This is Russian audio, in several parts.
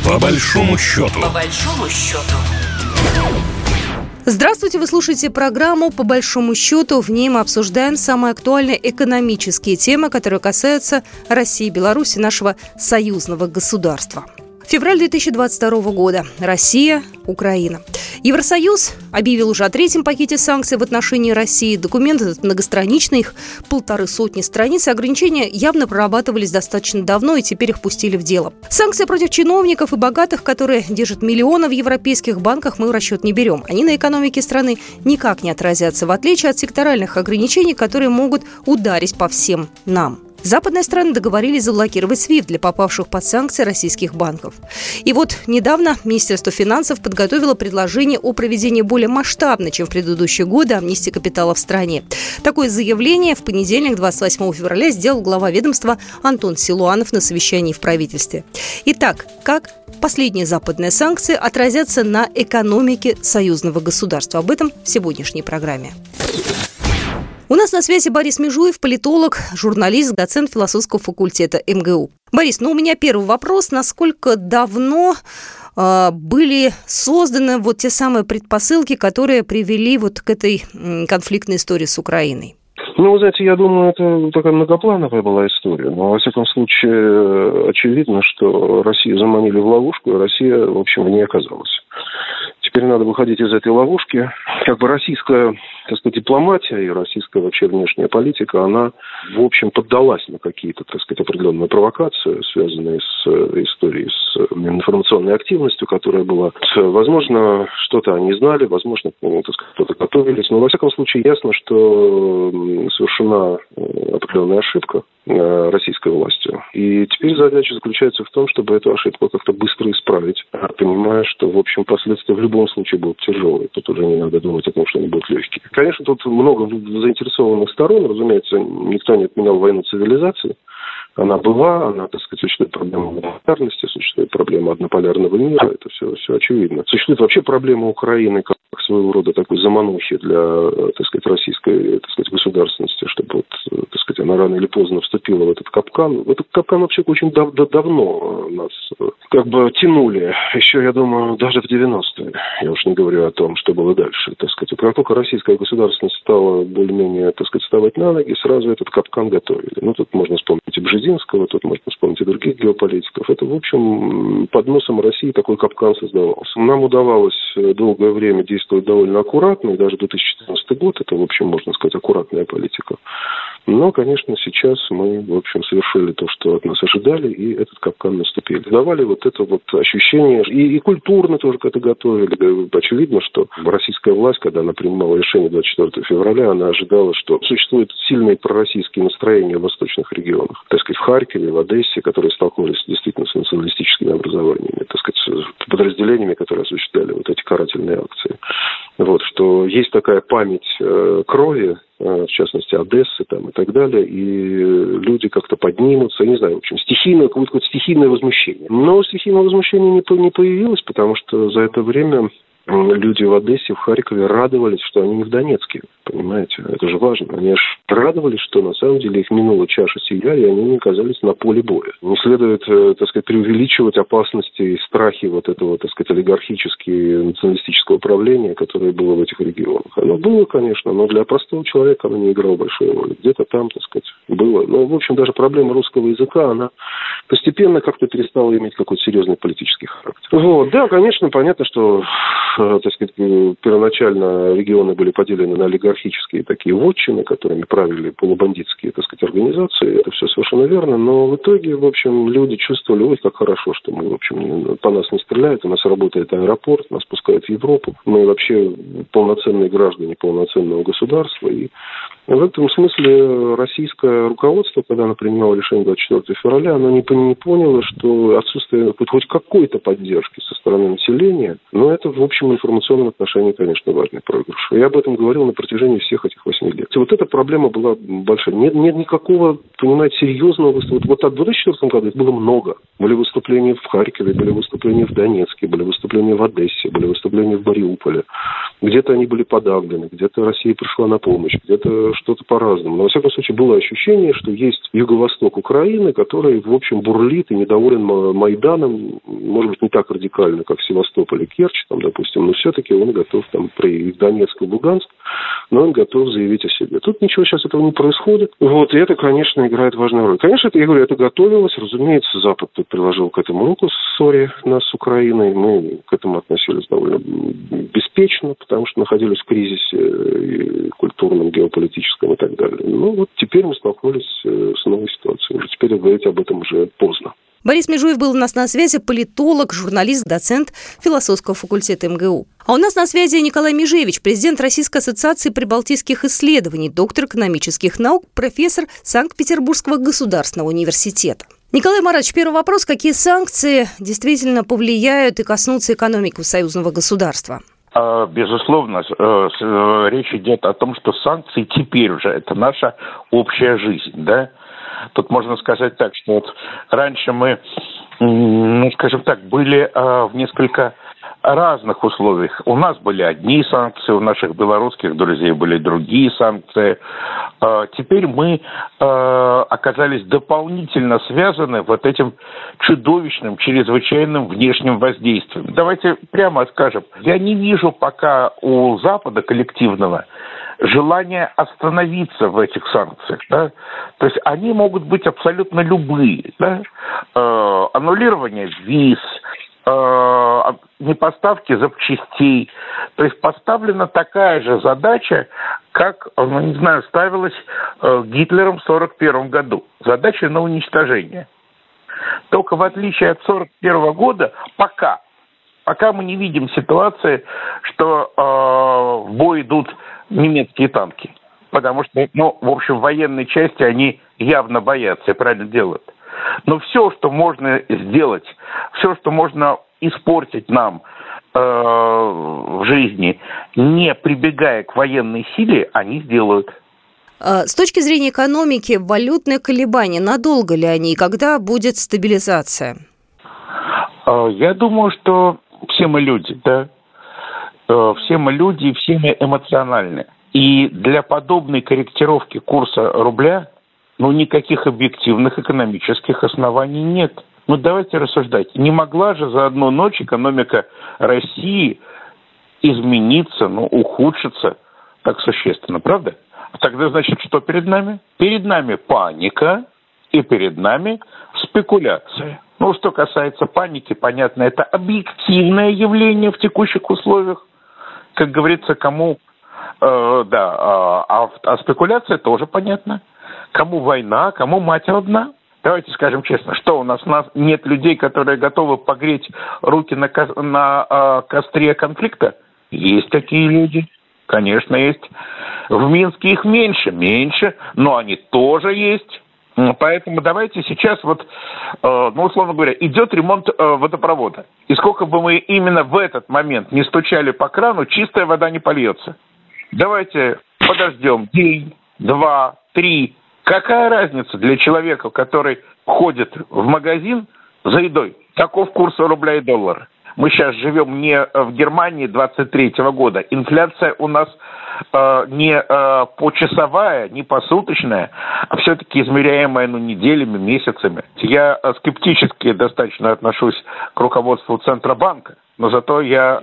По большому счету. По большому счету. Здравствуйте, вы слушаете программу «По большому счету». В ней мы обсуждаем самые актуальные экономические темы, которые касаются России и Беларуси, нашего союзного государства. Февраль 2022 года. Россия, Украина. Евросоюз объявил уже о третьем пакете санкций в отношении России. Документ этот многостраничный, их 150 страниц. Ограничения явно прорабатывались достаточно давно, и теперь их пустили в дело. Санкции против чиновников и богатых, которые держат миллионы в европейских банках, мы в расчет не берем. Они на экономике страны никак не отразятся, в отличие от секторальных ограничений, которые могут ударить по всем нам. Западные страны договорились заблокировать SWIFT для попавших под санкции российских банков. И вот недавно Министерство финансов подготовило предложение о проведении более масштабной, чем в предыдущие годы, амнистии капитала в стране. Такое заявление в понедельник, 28 февраля, сделал глава ведомства Антон Силуанов на совещании в правительстве. Итак, как последние западные санкции отразятся на экономике союзного государства? Об этом в сегодняшней программе. У нас на связи Борис Межуев, политолог, журналист, доцент философского факультета МГУ. Борис, у меня первый вопрос. Насколько давно были созданы вот те самые предпосылки, которые привели вот к этой конфликтной истории с Украиной? Вы знаете, я думаю, это такая многоплановая была история. Но, во всяком случае, очевидно, что Россию заманили в ловушку, и Россия, в общем, в ней оказалась. Теперь надо выходить из этой ловушки. Российская, дипломатия и российская вообще внешняя политика, она, в общем, поддалась на какие-то, определенные провокации, связанные с историей, с информационной активностью, которая была. Возможно, что-то они знали, возможно, что-то готовились. Но, во всяком случае, ясно, что совершена определенная ошибка российской властью. И теперь задача заключается в том, чтобы эту ошибку как-то быстро исправить, понимая, что, в общем, последствия в любом случае будут тяжелые. Тут уже не надо думать о том, что они будут легкие. Конечно, тут много заинтересованных сторон. Разумеется, никто не отменял войну цивилизации. Она была, существует проблема монополярности, существует проблема однополярного мира, это все очевидно. Существует вообще проблема Украины как своего рода такой заманухи для, российской, государственности, чтобы, она рано или поздно вступила в этот капкан. В этот капкан вообще очень давно нас тянули. Еще, я думаю, даже в 90-е. Я уж не говорю о том, что было дальше. Как только российская государственность стала более-менее, вставать на ноги, сразу этот капкан готовили. Тут можно вспомнить и Бжезинского, тут можно вспомнить и других геополитиков. Это, в общем, под носом России такой капкан создавался. Нам удавалось долгое время действовать довольно аккуратно, и даже 2014 год, это, в общем, можно сказать, аккуратная политика. Но, конечно, сейчас мы, в общем, совершили то, что от нас ожидали, и этот капкан наступили. Давали это ощущение, и культурно тоже к этому готовили. Очевидно, что российская власть, когда она принимала решение 24 февраля, она ожидала, что существуют сильные пророссийские настроения в восточных регионах. В Харькове, в Одессе, которые столкнулись действительно с националистическими образованиями, с подразделениями, которые осуществляли эти карательные акции. Что есть такая память крови, в частности, Одессы и так далее, и люди как-то поднимутся, не знаю, в общем, какое-то стихийное возмущение. Но стихийное возмущение не появилось, потому что за это время люди в Одессе, в Харькове радовались, что они не в Донецке, понимаете, это же важно. Они радовались, что на самом деле их минула чаша сия, и они не оказались на поле боя. Не следует, преувеличивать опасности и страхи этого, олигархического националистического правления, которое было в этих регионах. Оно было, конечно, но для простого человека оно не играло большой роли. Где-то там, было. Но, в общем, даже проблема русского языка, она постепенно как-то перестала иметь какой-то серьезный политический характер. Да, конечно, понятно, что первоначально регионы были поделены на олигархические такие вотчины, которыми правили полубандитские, организации. Это все совершенно верно. Но в итоге, в общем, люди чувствовали, как хорошо, что мы, в общем, по нас не стреляют, у нас работает аэропорт, нас пускают в Европу. Мы вообще полноценные граждане полноценного государства. И в этом смысле российское руководство, когда оно принимало решение 24 февраля, оно не поняло, что отсутствие хоть какой-то поддержки со стороны населения, но это, в общем, информационном отношении, конечно, важный проигрыш. Я об этом говорил на протяжении всех этих 8 лет. Эта проблема была большая. Нет никакого, понимаете, серьезного выступления. В 2004 году их было много. Были выступления в Харькове, были выступления в Донецке, были выступления в Одессе, были выступления в Мариуполе. Где-то они были подавлены, где-то Россия пришла на помощь, где-то что-то по-разному. Но, во всяком случае, было ощущение, ощущение, что есть юго-восток Украины, который, в общем, бурлит и недоволен Майданом, может быть, не так радикально, как Севастополь и Керчь, там, допустим, но все-таки он готов там проявить Донецк и Луганск, но он готов заявить о себе. Тут ничего сейчас этого не происходит. Вот, и это, конечно, играет важную роль. Конечно, я говорю, это готовилось. Разумеется, Запад приложил к этому руку в ссоре нас с Украиной. Мы к этому относились довольно беспечно, потому что находились в кризисе культурном, геополитическом и так далее. Ну, вот теперь мы столкнулись с новой ситуацией. Уже теперь говорить об этом уже поздно. Борис Межуев был у нас на связи, политолог, журналист, доцент философского факультета МГУ. А у нас на связи Николай Межевич, президент Российской ассоциации прибалтийских исследований, доктор экономических наук, профессор Санкт-Петербургского государственного университета. Николай Маратович, первый вопрос. Какие санкции действительно повлияют и коснутся экономики союзного государства? Безусловно, речь идет о том, что санкции теперь уже это наша общая жизнь, да? Тут можно сказать так, что вот раньше мы, скажем так, были в несколько разных условиях. У нас были одни санкции, у наших белорусских друзей были другие санкции. Теперь мы оказались дополнительно связаны вот этим чудовищным, чрезвычайным внешним воздействием. Давайте прямо скажем, я не вижу пока у Запада коллективного желание остановиться в этих санкциях, да? То есть они могут быть абсолютно любые, да? Аннулирование виз, непоставки запчастей. То есть поставлена такая же задача, как, ставилась Гитлером в 1941 году. Задача на уничтожение. Только в отличие от 1941 года, пока мы не видим ситуации, что в бой идут немецкие танки. Потому что, в общем, в военной части они явно боятся и правильно делают. Но все, что можно сделать, все, что можно испортить нам в жизни, не прибегая к военной силе, они сделают. С точки зрения экономики, валютные колебания, надолго ли они и когда будет стабилизация? Я думаю, что все мы люди, да? Все мы люди и все мы эмоциональны. И для подобной корректировки курса рубля, никаких объективных экономических оснований нет. Давайте рассуждать. Не могла же за одну ночь экономика России измениться, ухудшиться так существенно, правда? Тогда, значит, что перед нами? Перед нами паника и перед нами спекуляция. Что касается паники, понятно, это объективное явление в текущих условиях. Как говорится, кому... А спекуляция тоже понятно. Кому война, кому мать одна. Давайте скажем честно, что у нас нет людей, которые готовы погреть руки на костре конфликта? Есть такие люди. Конечно, есть. В Минске их меньше, но они тоже есть. Поэтому давайте сейчас условно говоря, идет ремонт водопровода. И сколько бы мы именно в этот момент не стучали по крану, чистая вода не польется. Давайте подождем день, 2, 3. Какая разница для человека, который ходит в магазин за едой? Каков курс рубля и доллара? Мы сейчас живем не в Германии 23-го года. Инфляция у нас не почасовая, не посуточная, а все-таки измеряемая неделями, месяцами. Я скептически достаточно отношусь к руководству Центробанка, но зато я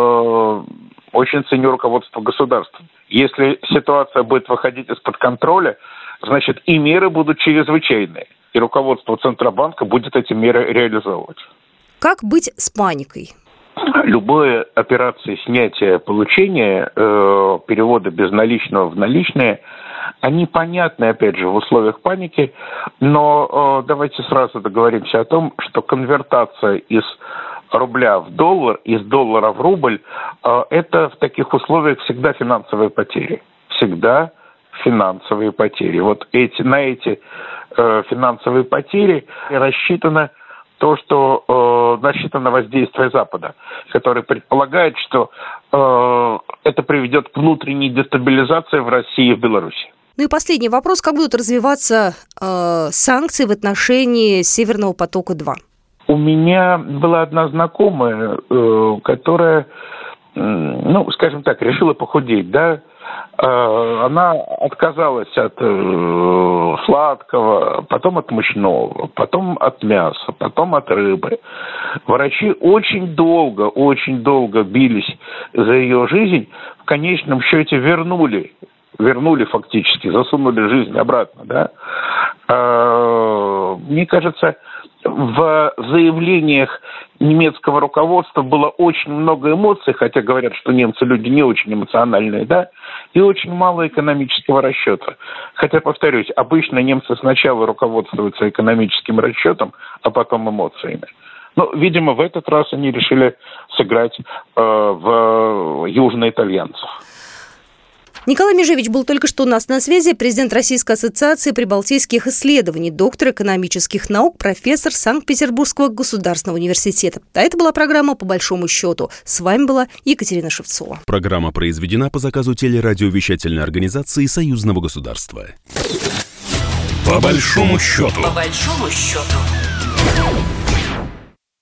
очень ценю руководство государства. Если ситуация будет выходить из-под контроля, значит и меры будут чрезвычайные, и руководство Центробанка будет эти меры реализовывать. Как быть с паникой? Любые операции снятия, получения, перевода безналичного в наличные, они понятны, опять же, в условиях паники, но давайте сразу договоримся о том, что конвертация из рубля в доллар, из доллара в рубль, это в таких условиях всегда финансовые потери. Всегда финансовые потери. На эти финансовые потери рассчитано то, что рассчитано воздействие Запада, который предполагает, что это приведет к внутренней дестабилизации в России и в Беларуси. И последний вопрос. Как будут развиваться санкции в отношении Северного потока-2? У меня была одна знакомая, которая, скажем так, решила похудеть, да, Она отказалась от сладкого, потом от мучного, потом от мяса, потом от рыбы. Врачи очень долго бились за ее жизнь. В конечном счете вернули фактически, засунули жизнь обратно, да. Мне кажется, в заявлениях немецкого руководства было очень много эмоций, хотя говорят, что немцы люди не очень эмоциональные, да, и очень мало экономического расчета. Хотя, повторюсь, обычно немцы сначала руководствуются экономическим расчетом, а потом эмоциями. Но, видимо, в этот раз они решили сыграть в южноитальянцев. Николай Межевич был только что у нас на связи, президент Российской ассоциации прибалтийских исследований, доктор экономических наук, профессор Санкт-Петербургского государственного университета. А это была программа «По большому счету». С вами была Екатерина Шевцова. Программа произведена по заказу телерадиовещательной организации Союзного государства. По большому счету. По большому счету.